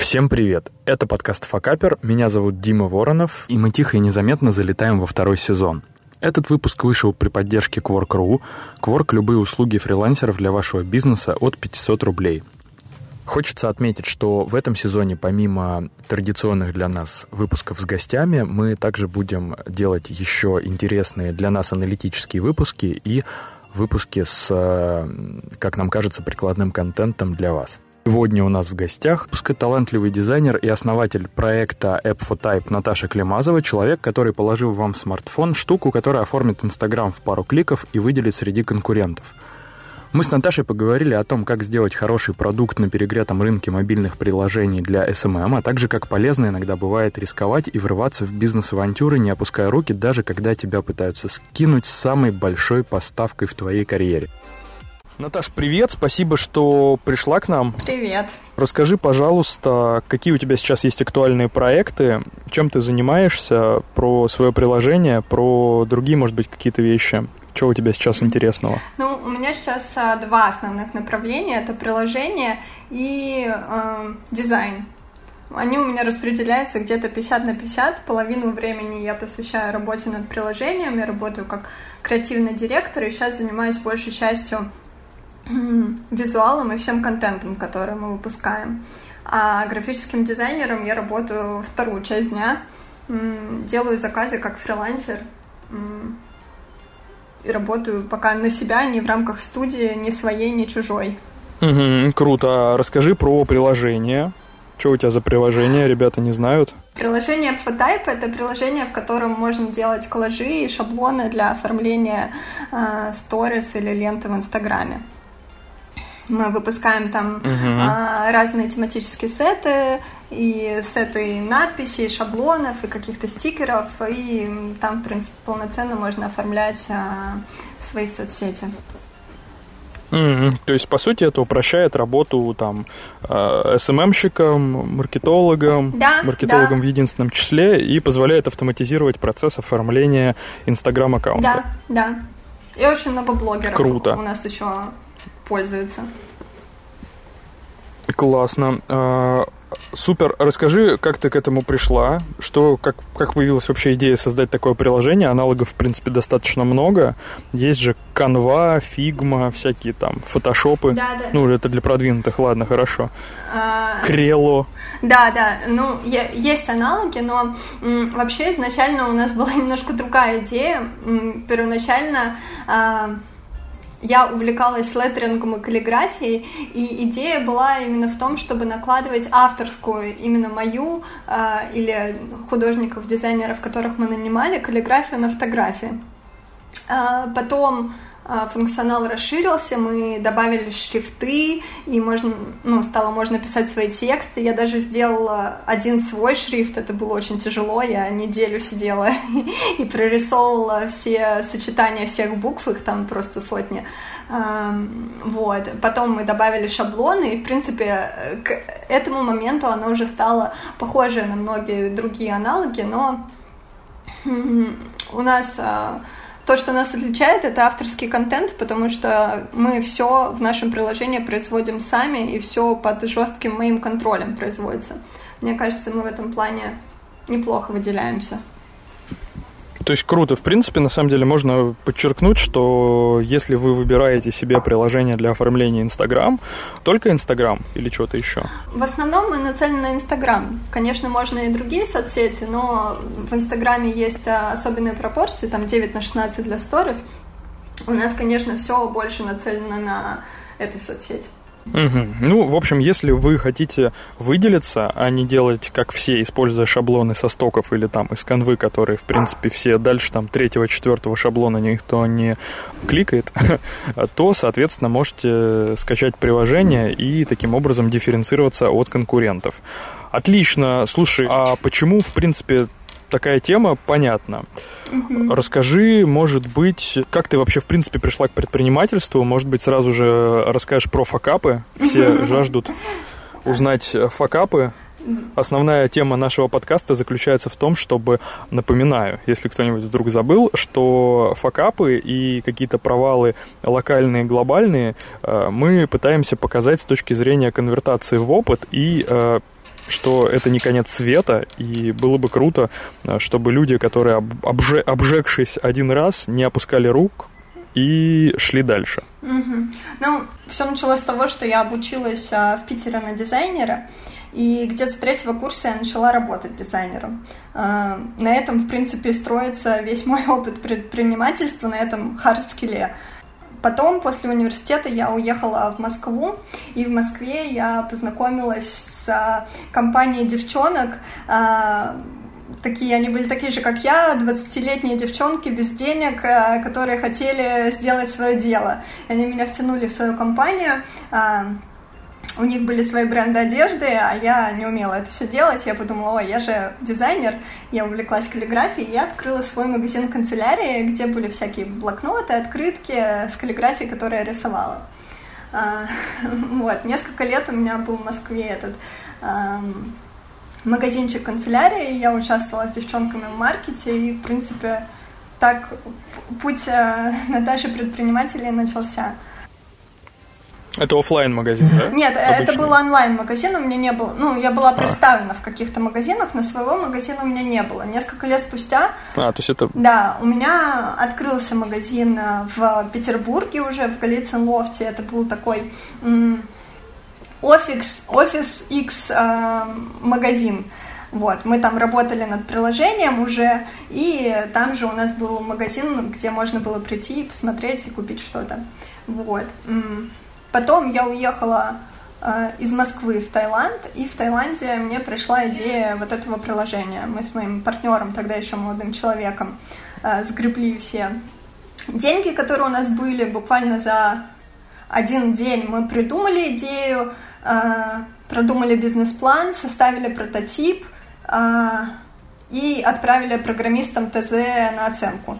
Всем привет! Это подкаст «Факапер», меня зовут Дима Воронов, и мы тихо и незаметно залетаем во второй сезон. Этот выпуск вышел при поддержке Quark.ru. Quark – любые услуги фрилансеров для вашего бизнеса от 500 рублей. Хочется отметить, что в этом сезоне, помимо традиционных для нас выпусков с гостями, мы также будем делать еще интересные для нас аналитические выпуски и выпуски с, как нам кажется, прикладным контентом для вас. Сегодня у нас в гостях талантливый дизайнер и основатель проекта App4Type Наташа Климазова, человек, который положил вам в смартфон штуку, которая оформит Инстаграм в пару кликов и выделит среди конкурентов. Мы с Наташей поговорили о том, как сделать хороший продукт на перегретом рынке мобильных приложений для SMM, а также как полезно иногда бывает рисковать и врываться в бизнес-авантюры, не опуская руки, даже когда тебя пытаются скинуть с самой большой поставкой в твоей карьере. Наташ, привет, спасибо, что пришла к нам. Привет. Расскажи, пожалуйста, какие у тебя сейчас есть актуальные проекты, чем ты занимаешься, про свое приложение, про другие, может быть, какие-то вещи. Что у тебя сейчас интересного? Ну, у меня сейчас два основных направления. Это приложение и дизайн. Они у меня распределяются где-то 50/50. Половину времени я посвящаю работе над приложением. Я работаю как креативный директор и сейчас занимаюсь большей частью визуалом и всем контентом, который мы выпускаем. А графическим дизайнером я работаю вторую часть дня, делаю заказы как фрилансер и работаю пока на себя, не в рамках студии, ни своей, ни чужой. Круто. Расскажи про приложение. Что у тебя за приложение, ребята не знают? Приложение App4Type — это приложение, в котором можно делать коллажи и шаблоны для оформления сторис или ленты в Инстаграме. Мы выпускаем там разные тематические сеты, и сеты надписей, шаблонов, и каких-то стикеров, и там, в принципе, полноценно можно оформлять свои соцсети. То есть, по сути, это упрощает работу там SMM-щикам, маркетологам в единственном числе и позволяет автоматизировать процесс оформления Инстаграм-аккаунта. Да. И очень много блогеров Круто. У нас еще пользуются. Классно. Супер. Расскажи, как ты к этому пришла, как появилась вообще идея создать такое приложение. Аналогов, в принципе, достаточно много. Есть же Canva, Figma, всякие там фотошопы. Да. Ну, это для продвинутых, ладно, хорошо. Крело. Да. Ну, есть аналоги, но вообще изначально у нас была немножко другая идея. Первоначально я увлекалась леттерингом и каллиграфией, и идея была именно в том, чтобы накладывать авторскую, именно мою, или художников, дизайнеров, которых мы нанимали, каллиграфию на фотографии. Потом функционал расширился, мы добавили шрифты, и стало можно писать свои тексты. Я даже сделала один свой шрифт, это было очень тяжело, я неделю сидела и прорисовывала все сочетания всех букв, их там просто сотни. Вот. Потом мы добавили шаблоны, и, в принципе, к этому моменту оно уже стало похоже на многие другие аналоги, но у нас... То, что нас отличает, это авторский контент, потому что мы все в нашем приложении производим сами, и все под жестким моим контролем производится. Мне кажется, мы в этом плане неплохо выделяемся. То есть круто. В принципе, на самом деле можно подчеркнуть, что если вы выбираете себе приложение для оформления Инстаграм, только Инстаграм или что-то еще? В основном мы нацелены на Инстаграм. Конечно, можно и другие соцсети, но в Инстаграме есть особенные пропорции, там 9:16 для сторис. У нас, конечно, все больше нацелено на эту соцсеть. Ну, в общем, если вы хотите выделиться, а не делать, как все, используя шаблоны со стоков или там из канвы, которые, в принципе, все дальше там 3-4 шаблона никто не кликает, то, соответственно, можете скачать приложение и таким образом дифференцироваться от конкурентов. Отлично. Слушай, а почему, в принципе, такая тема, понятно. Расскажи, может быть, как ты вообще, в принципе, пришла к предпринимательству? Может быть, сразу же расскажешь про факапы? Все жаждут узнать факапы. Основная тема нашего подкаста заключается в том, чтобы, напоминаю, если кто-нибудь вдруг забыл, что факапы и какие-то провалы локальные, глобальные мы пытаемся показать с точки зрения конвертации в опыт и что это не конец света, и было бы круто, чтобы люди, которые, обжегшись один раз, не опускали рук и шли дальше. Ну, все началось с того, что я обучилась в Питере на дизайнера, и где-то с 3-го курса я начала работать дизайнером. На этом, в принципе, строится весь мой опыт предпринимательства, на этом хард-скилле. Потом, после университета, я уехала в Москву, и в Москве я познакомилась с компанией девчонок. Они были такие же, как я, 20-летние девчонки без денег, которые хотели сделать свое дело. Они меня втянули в свою компанию. У них были свои бренды одежды, а я не умела это все делать. Я подумала, я же дизайнер, я увлеклась каллиграфией, и я открыла свой магазин канцелярии, где были всякие блокноты, открытки с каллиграфией, которую я рисовала. Несколько лет у меня был в Москве этот магазинчик канцелярии, я участвовала с девчонками в маркете, и, в принципе, так путь Наташи предпринимателей начался. Это офлайн-магазин, да? Нет, обычный? Это был онлайн-магазин, у меня не было. Я была представлена в каких-то магазинах, но своего магазина у меня не было. Несколько лет спустя... то есть это... Да, у меня открылся магазин в Петербурге уже, в Голицын-Лофте. Это был такой офис X магазин. Мы там работали над приложением уже, и там же у нас был магазин, где можно было прийти, посмотреть и купить что-то. Потом я уехала из Москвы в Таиланд, и в Таиланде мне пришла идея вот этого приложения. Мы с моим партнером, тогда еще молодым человеком, сгребли все деньги, которые у нас были. Буквально за один день мы придумали идею, продумали бизнес-план, составили прототип и отправили программистам ТЗ на оценку.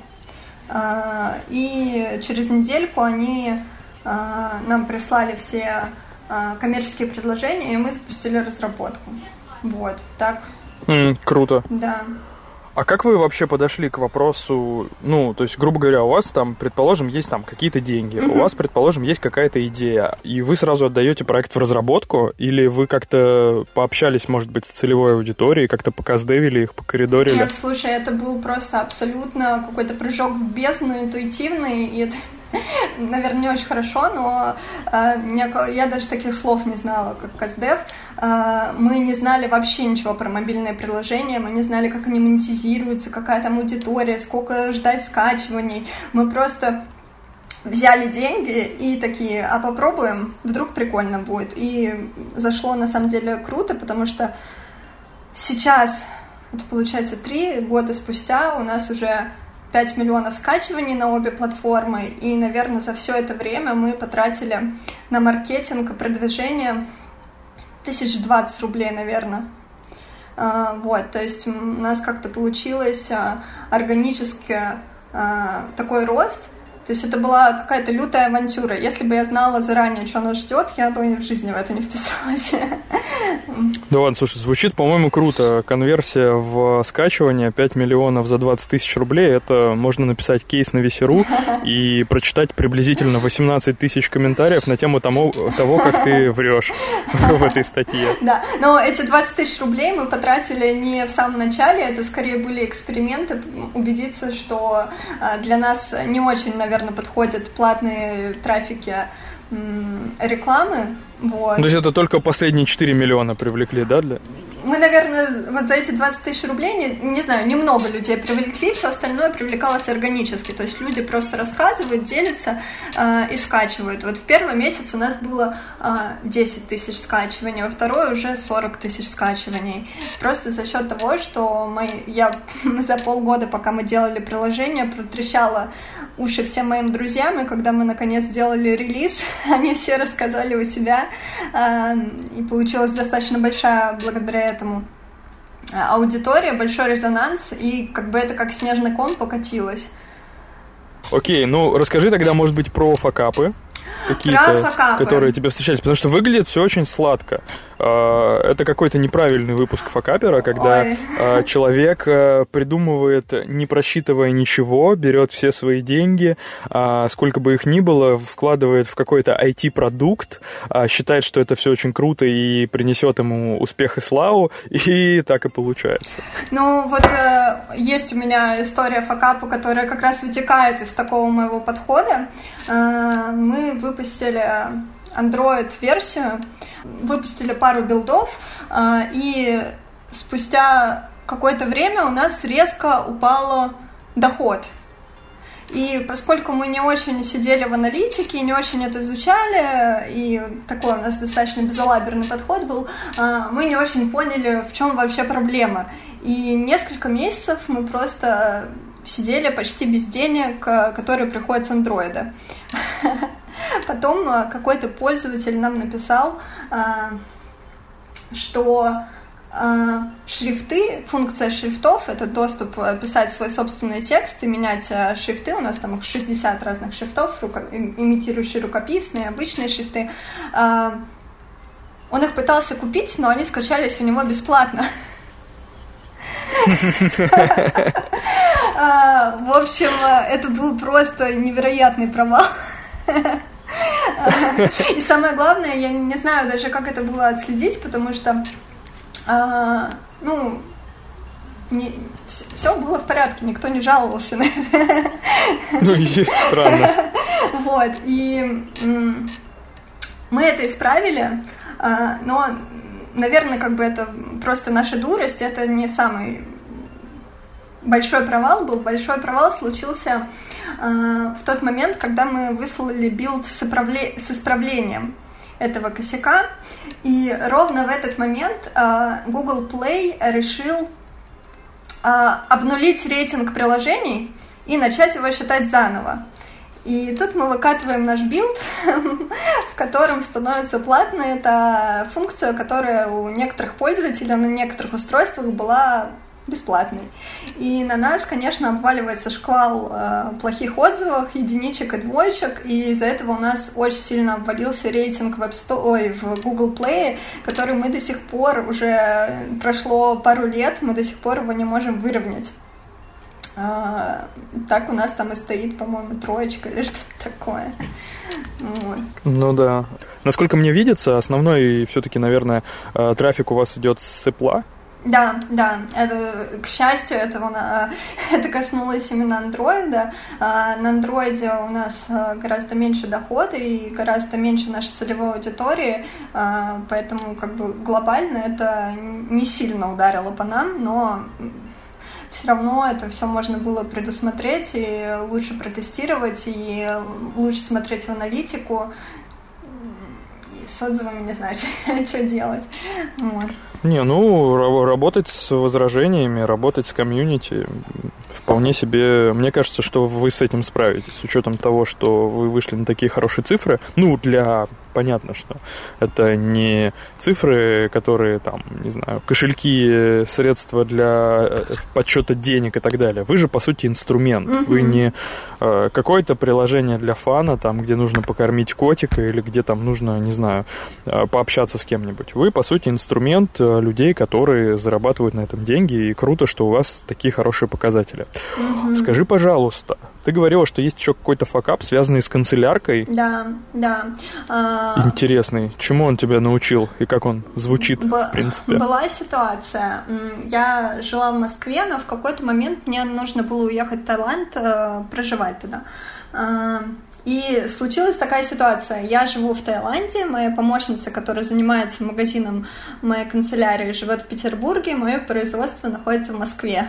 И через недельку они... нам прислали все коммерческие предложения, и мы запустили разработку. Так. Круто. Да. А как вы вообще подошли к вопросу, то есть, грубо говоря, у вас там, предположим, есть там какие-то деньги, у вас, предположим, есть какая-то идея, и вы сразу отдаете проект в разработку, или вы как-то пообщались, может быть, с целевой аудиторией, как-то показдевили их, покоридорили? Нет, слушай, это был просто абсолютно какой-то прыжок в бездну, интуитивный, и это... Наверное, не очень хорошо, но я даже таких слов не знала, как каздев. Мы не знали вообще ничего про мобильные приложения, мы не знали, как они монетизируются, какая там аудитория, сколько ждать скачиваний. Мы просто взяли деньги и такие, попробуем, вдруг прикольно будет. И зашло на самом деле круто, потому что сейчас, это получается 3 года спустя, у нас уже 5 миллионов скачиваний на обе платформы, и, наверное, за все это время мы потратили на маркетинг и продвижение 20 рублей, наверное. То есть у нас как-то получилось органически такой рост. То есть это была какая-то лютая авантюра. Если бы я знала заранее, что нас ждет, я бы в жизни в это не вписалась. Да ладно, слушай, звучит, по-моему, круто. Конверсия в скачивание 5 миллионов за 20 тысяч рублей, это можно написать кейс на Весеру и прочитать приблизительно 18 тысяч комментариев на тему того, как ты врешь в этой статье. Да, но эти 20 тысяч рублей мы потратили не в самом начале, это скорее были эксперименты, убедиться, что для нас не очень, наверное, подходят платные трафики рекламы. То есть это только последние 4 миллиона привлекли, да? Мы, наверное, за эти 20 тысяч рублей, не знаю, немного людей привлекли, все остальное привлекалось органически. То есть люди просто рассказывают, делятся и скачивают. В первый месяц у нас было 10 тысяч скачиваний, во второй уже 40 тысяч скачиваний. Просто за счет того, что я за полгода, пока мы делали приложение, протрещала уши всем моим друзьям, и когда мы наконец сделали релиз, они все рассказали у себя, и получилась достаточно большая благодаря этому аудитория, большой резонанс, и это как снежный ком покатилось. Окей, расскажи тогда, может быть, про факапы какие-то, которые тебе встречались, потому что выглядит все очень сладко. это какой-то неправильный выпуск факапера, когда человек придумывает, не просчитывая ничего, берет все свои деньги, сколько бы их ни было, вкладывает в какой-то IT-продукт, считает, что это все очень круто и принесет ему успех и славу, и так и получается. Ну, вот есть у меня история факапа, которая как раз вытекает из такого моего подхода. Мы выпустили Android-версию, выпустили пару билдов, и спустя какое-то время у нас резко упал доход. И поскольку мы не очень сидели в аналитике, не очень это изучали, и такой у нас достаточно безалаберный подход был, мы не очень поняли, в чем вообще проблема. И несколько месяцев мы просто сидели почти без денег, которые приходят с андроида. Потом какой-то пользователь нам написал, что шрифты, функция шрифтов, это доступ писать свой собственный текст и менять шрифты, у нас там 60 разных шрифтов, имитирующие рукописные, обычные шрифты. Он их пытался купить, но они скачались у него бесплатно. В общем, это был просто невероятный провал. И самое главное, я не знаю даже, как это было отследить, потому что все было в порядке, никто не жаловался на это. Ну, есть странно. Вот, и мы это исправили, но, наверное, как бы это просто наша дурость, это не самый большой провал был. Большой провал случился в тот момент, когда мы выслали билд с исправлением этого косяка, и ровно в этот момент Google Play решил обнулить рейтинг приложений и начать его считать заново. И тут мы выкатываем наш билд, в котором становится платной эта функция, которая у некоторых пользователей на некоторых устройствах была бесплатный. И на нас, конечно, обваливается шквал плохих отзывов, единичек и двоечек, и из-за этого у нас очень сильно обвалился рейтинг в Google Play, который мы до сих пор, уже прошло пару лет, мы до сих пор его не можем выровнять. Так у нас там и стоит, по-моему, 3 или что-то такое. Вот. Ну да. Насколько мне видится, основной все-таки, наверное, трафик у вас идет с Apple. Да, это, к счастью, это коснулось именно андроида. На андроиде у нас гораздо меньше дохода и гораздо меньше нашей целевой аудитории, поэтому как бы глобально это не сильно ударило по нам, но все равно это все можно было предусмотреть и лучше протестировать, и лучше смотреть в аналитику. И с отзывами не знаю, что делать. Вот. Работать с возражениями, работать с комьюнити вполне себе, мне кажется, что вы с этим справитесь, с учетом того, что вы вышли на такие хорошие цифры. Понятно, что это не цифры, которые там, не знаю, кошельки, средства для подсчета денег и так далее. Вы же, по сути, инструмент. Вы не какое-то приложение для фана, там, где нужно покормить котика или где там нужно, не знаю, пообщаться с кем-нибудь. Вы, по сути, инструмент людей, которые зарабатывают на этом деньги, и круто, что у вас такие хорошие показатели. Скажи, пожалуйста, ты говорила, что есть еще какой-то факап, связанный с канцеляркой. Да. Интересный. Чему он тебя научил и как он звучит, в принципе? Была ситуация. Я жила в Москве, но в какой-то момент мне нужно было уехать в Таиланд, проживать туда. И случилась такая ситуация. Я живу в Таиланде, моя помощница, которая занимается магазином моей канцелярии, живет в Петербурге, мое производство находится в Москве.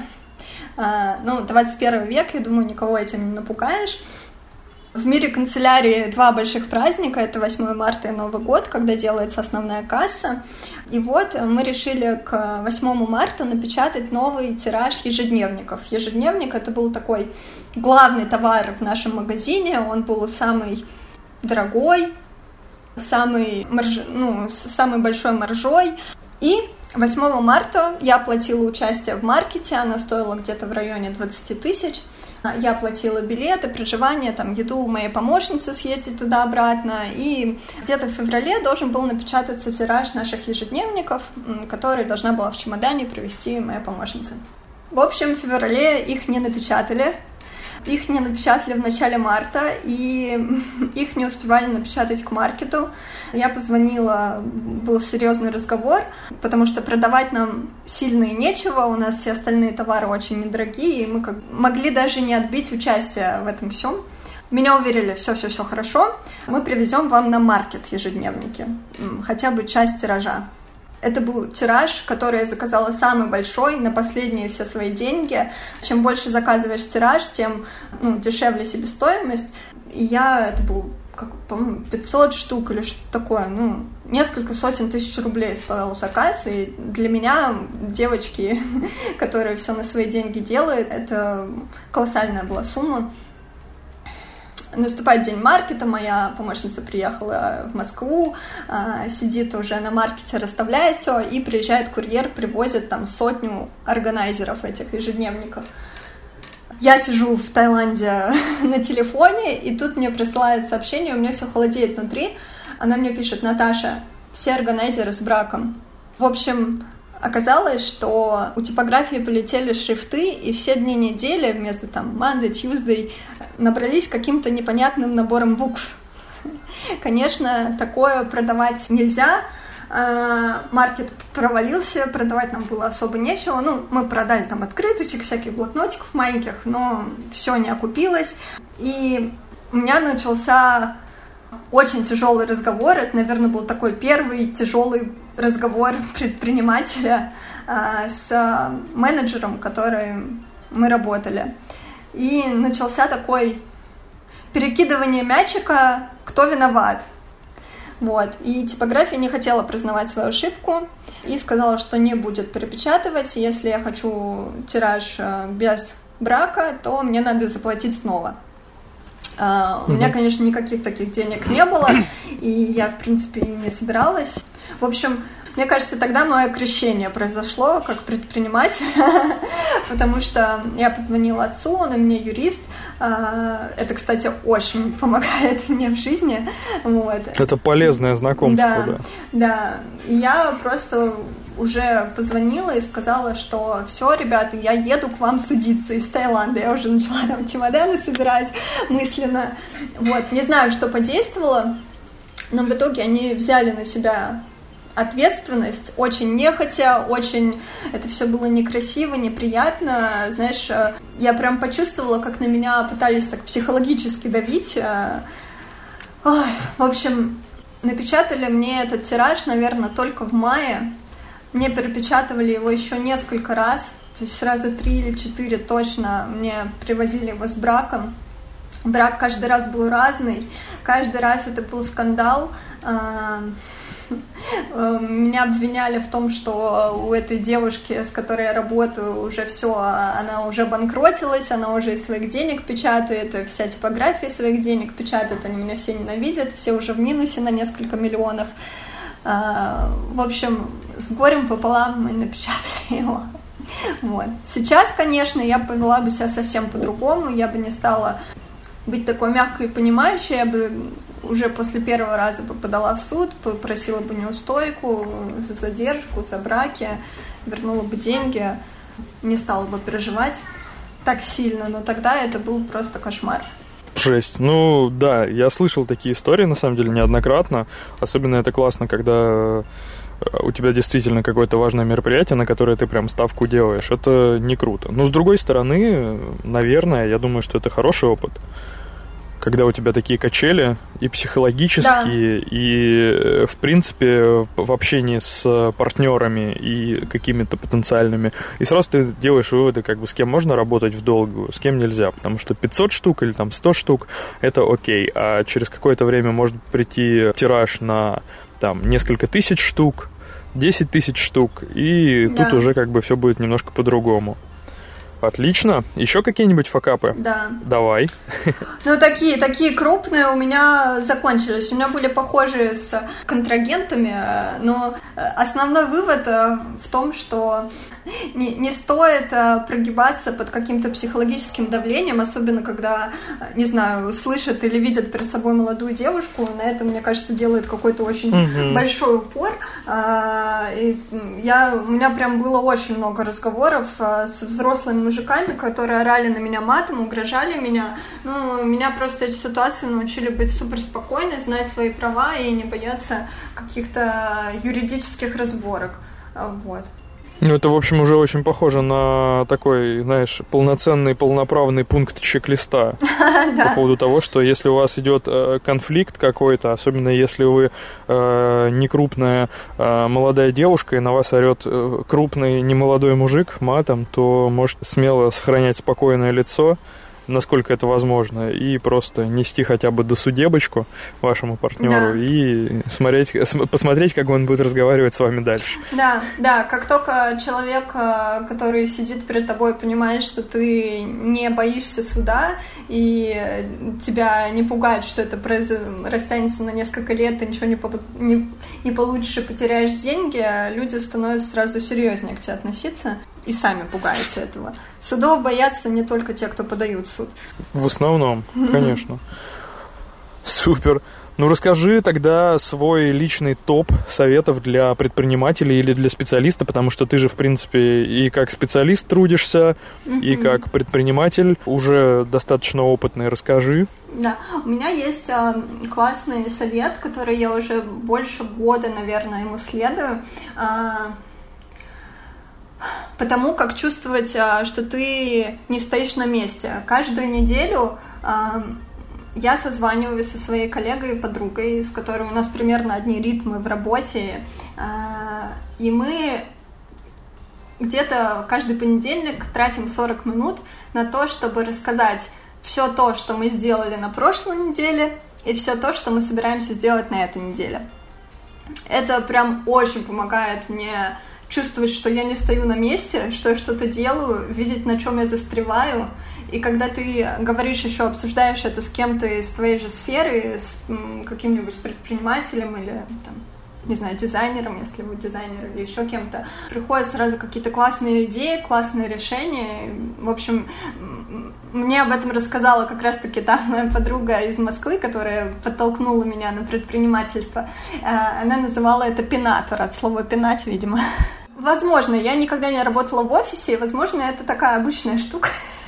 21 век, я думаю, никого этим не напугаешь. В мире канцелярии 2 больших праздника, это 8 марта и Новый год, когда делается основная касса. И вот мы решили к 8 марта напечатать новый тираж ежедневников. Ежедневник — это был такой главный товар в нашем магазине, он был самый дорогой, самый большой маржой. И 8 марта я оплатила участие в маркете, оно стоило где-то в районе 20 тысяч. Я платила билеты, проживание, там, еду моей помощницы съездить туда-обратно. И где-то в феврале должен был напечататься тираж наших ежедневников, который должна была в чемодане привезти моя помощница. В общем, в феврале их не напечатали. Их не напечатали в начале марта, и их не успевали напечатать к маркету. Я позвонила, был серьезный разговор, потому что продавать нам сильно и нечего, у нас все остальные товары очень недорогие, и мы могли даже не отбить участие в этом всем. Меня уверили, все хорошо, мы привезем вам на маркет ежедневники, хотя бы часть тиража. Это был тираж, который я заказала самый большой, на последние все свои деньги. Чем больше заказываешь тираж, тем дешевле себестоимость. И это был, по-моему, 500 штук или что-то такое. Несколько сотен тысяч рублей стоил заказ. И для меня, девочки, которые все на свои деньги делают, это колоссальная была сумма. Наступает день маркета, моя помощница приехала в Москву, сидит уже на маркете, расставляет все, и приезжает курьер, привозит там 100 органайзеров этих ежедневников. Я сижу в Таиланде на телефоне, и тут мне присылает сообщение, у меня все холодеет внутри. Она мне пишет: Наташа, все органайзеры с браком. В общем, оказалось, что у типографии полетели шрифты, и все дни недели вместо Monday, Tuesday набрались каким-то непонятным набором букв. Конечно, такое продавать нельзя. Маркет провалился, продавать нам было особо нечего. Мы продали там открыточек, всяких блокнотиков маленьких, но все не окупилось. И у меня начался очень тяжелый разговор. Это, наверное, был такой первый тяжелый разговор предпринимателя с менеджером, которым мы работали. И начался такой перекидывание мячика, кто виноват. И типография не хотела признавать свою ошибку и сказала, что не будет перепечатывать. Если я хочу тираж без брака, то мне надо заплатить снова. У меня, конечно, никаких таких денег не было, и я, в принципе, не собиралась. В общем, мне кажется, тогда мое крещение произошло как предприниматель, потому что я позвонила отцу, он у меня юрист. Это, кстати, очень помогает мне в жизни. Это полезное знакомство, да. И я просто уже позвонила и сказала, что все, ребята, я еду к вам судиться из Таиланда. Я уже начала там чемоданы собирать мысленно. Не знаю, что подействовало, но в итоге они взяли на себя ответственность, очень нехотя, очень это все было некрасиво, неприятно. Знаешь, я прям почувствовала, как на меня пытались так психологически давить. В общем, напечатали мне этот тираж, наверное, только в мае. Мне перепечатывали его еще несколько раз, то есть раза 3 или 4 точно мне привозили его с браком. Брак каждый раз был разный, каждый раз это был скандал. Меня обвиняли в том, что у этой девушки, с которой я работаю, уже все, она уже банкротилась, она уже из своих денег печатает, вся типография из своих денег печатает, они меня все ненавидят, все уже в минусе на несколько миллионов. В общем, с горем пополам мы напечатали его. Сейчас, конечно, я повела бы себя совсем по-другому, я бы не стала быть такой мягкой и понимающей, я бы уже после первого раза бы подала в суд, попросила бы неустойку за задержку, за браки, вернула бы деньги, не стала бы переживать так сильно, но тогда это был просто кошмар. Жесть. Да, я слышал такие истории, на самом деле, неоднократно. Особенно это классно, когда у тебя действительно какое-то важное мероприятие, на которое ты прям ставку делаешь. Это не круто. Но, с другой стороны, наверное, я думаю, что это хороший опыт. Когда у тебя такие качели и психологические, да, и, в принципе, в общении с партнерами и какими-то потенциальными. И сразу ты делаешь выводы, с кем можно работать в долгую, с кем нельзя. Потому что 500 штук или 100 штук – это окей. А через какое-то время может прийти тираж на несколько тысяч штук, 10 тысяч штук, и да, тут уже все будет немножко по-другому. Отлично. Еще какие-нибудь факапы? Да. Давай. Ну, такие крупные у меня закончились. У меня были похожие с контрагентами, но основной вывод в том, что не стоит прогибаться под каким-то психологическим давлением, особенно когда, не знаю, слышат или видят перед собой молодую девушку. На это, мне кажется, делает какой-то очень большой упор. И у меня прям было очень много разговоров с взрослыми мужиками, которые орали на меня матом, угрожали меня. Ну, меня просто эти ситуации научили быть супер спокойной, знать свои права и не бояться каких-то юридических разборок. Вот. Ну, это, в общем, уже очень похоже на такой, знаешь, полноценный, полноправный пункт чек-листа по поводу того, что если у вас идет конфликт какой-то, особенно если вы не крупная молодая девушка и на вас орет крупный немолодой мужик матом, то можете смело сохранять спокойное лицо, насколько это возможно, и просто нести хотя бы досудебочку вашему партнеру и посмотреть, как он будет разговаривать с вами дальше. Да, как только человек, который сидит перед тобой, понимает, что ты не боишься суда, и тебя не пугает, что это растянется на несколько лет, ты ничего не получишь и потеряешь деньги, люди становятся сразу серьезнее к тебе относиться. И сами пугаются этого. Судов боятся не только те, кто подают в суд. В основном, конечно. Супер. Ну, расскажи тогда свой личный топ советов для предпринимателей или для специалиста, потому что ты же, в принципе, и как специалист трудишься, и как предприниматель уже достаточно опытный. Расскажи. Да, у меня есть классный совет, который я уже больше года, наверное, ему следую. Потому как чувствовать, что ты не стоишь на месте. Каждую неделю я созваниваюсь со своей коллегой и подругой, с которой у нас примерно одни ритмы в работе, и мы где-то каждый понедельник тратим 40 минут на то, чтобы рассказать все то, что мы сделали на прошлой неделе, и все то, что мы собираемся сделать на этой неделе. Это прям очень помогает мне чувствовать, что я не стою на месте, что я что-то делаю, видеть, на чем я застреваю. И когда ты говоришь еще, обсуждаешь это с кем-то из твоей же сферы, с каким-нибудь предпринимателем или, там, не знаю, дизайнером, если вы дизайнер, или еще кем-то, приходят сразу какие-то классные идеи, классные решения. В общем, мне об этом рассказала как раз-таки та моя подруга из Москвы, которая подтолкнула меня на предпринимательство. Она называла это пинатор, от слова пинать, видимо. Возможно, я никогда не работала в офисе, и, возможно, это такая обычная штука.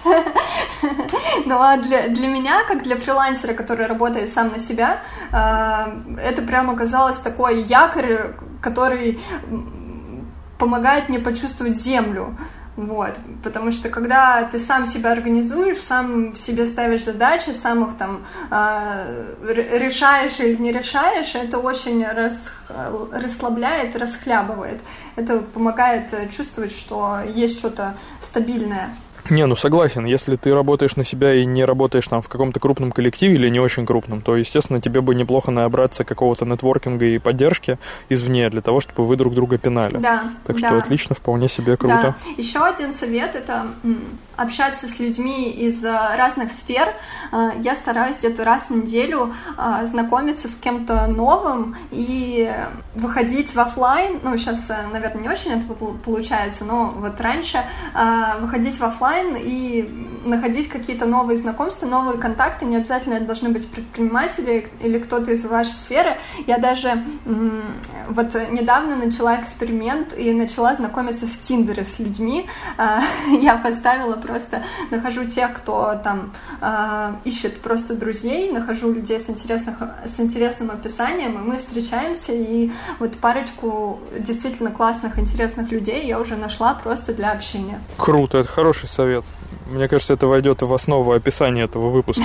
Но для меня, как для фрилансера, который работает сам на себя, это прям оказалось такой якорь, который помогает мне почувствовать землю. Вот, потому что когда ты сам себя организуешь, сам себе ставишь задачи, сам их там решаешь или не решаешь, это очень расслабляет, расхлябывает. Это помогает чувствовать, что есть что-то стабильное. Не, ну согласен, если ты работаешь на себя и не работаешь там в каком-то крупном коллективе или не очень крупном, то, естественно, тебе бы неплохо набраться какого-то нетворкинга и поддержки извне для того, чтобы вы друг друга пинали. Да. Так что отлично, вполне себе круто. Да. Еще один совет – это общаться с людьми из разных сфер. Я стараюсь где-то раз в неделю знакомиться с кем-то новым и выходить в офлайн. Ну, сейчас, наверное, не очень это получается, но вот раньше выходить в офлайн и находить какие-то новые знакомства, новые контакты. Не обязательно это должны быть предприниматели или кто-то из вашей сферы. Я даже вот недавно начала эксперимент и начала знакомиться в Тиндере с людьми. Я поставила просто, нахожу тех, кто там ищет просто друзей, нахожу людей с интересным описанием, и мы встречаемся, и вот парочку действительно классных, интересных людей я уже нашла просто для общения. Круто, это хороший совет. Мне кажется, это войдет в основу описания этого выпуска.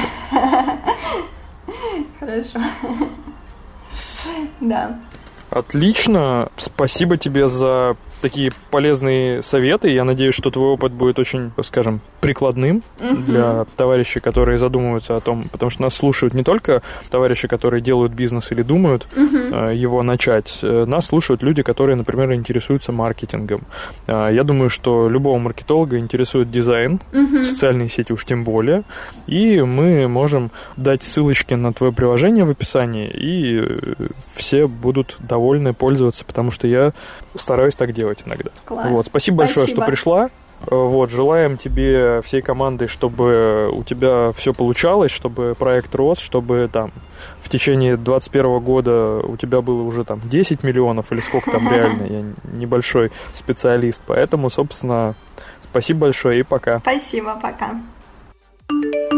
Хорошо. Да. Отлично. Спасибо тебе за такие полезные советы. Я надеюсь, что твой опыт будет очень, скажем, прикладным для товарищей, которые задумываются о том, потому что нас слушают не только товарищи, которые делают бизнес или думают его начать, нас слушают люди, которые, например, интересуются маркетингом. Я думаю, что любого маркетолога интересует дизайн, социальные сети уж тем более, и мы можем дать ссылочки на твое приложение в описании, и все будут довольны пользоваться, потому что я стараюсь так делать иногда. Класс. Вот, спасибо большое, что пришла. Вот, желаем тебе всей командой, чтобы у тебя все получалось, чтобы проект рос, чтобы там в течение 2021 года у тебя было уже там 10 миллионов или сколько там реально, я небольшой специалист, поэтому, собственно, спасибо большое и пока. Спасибо, пока.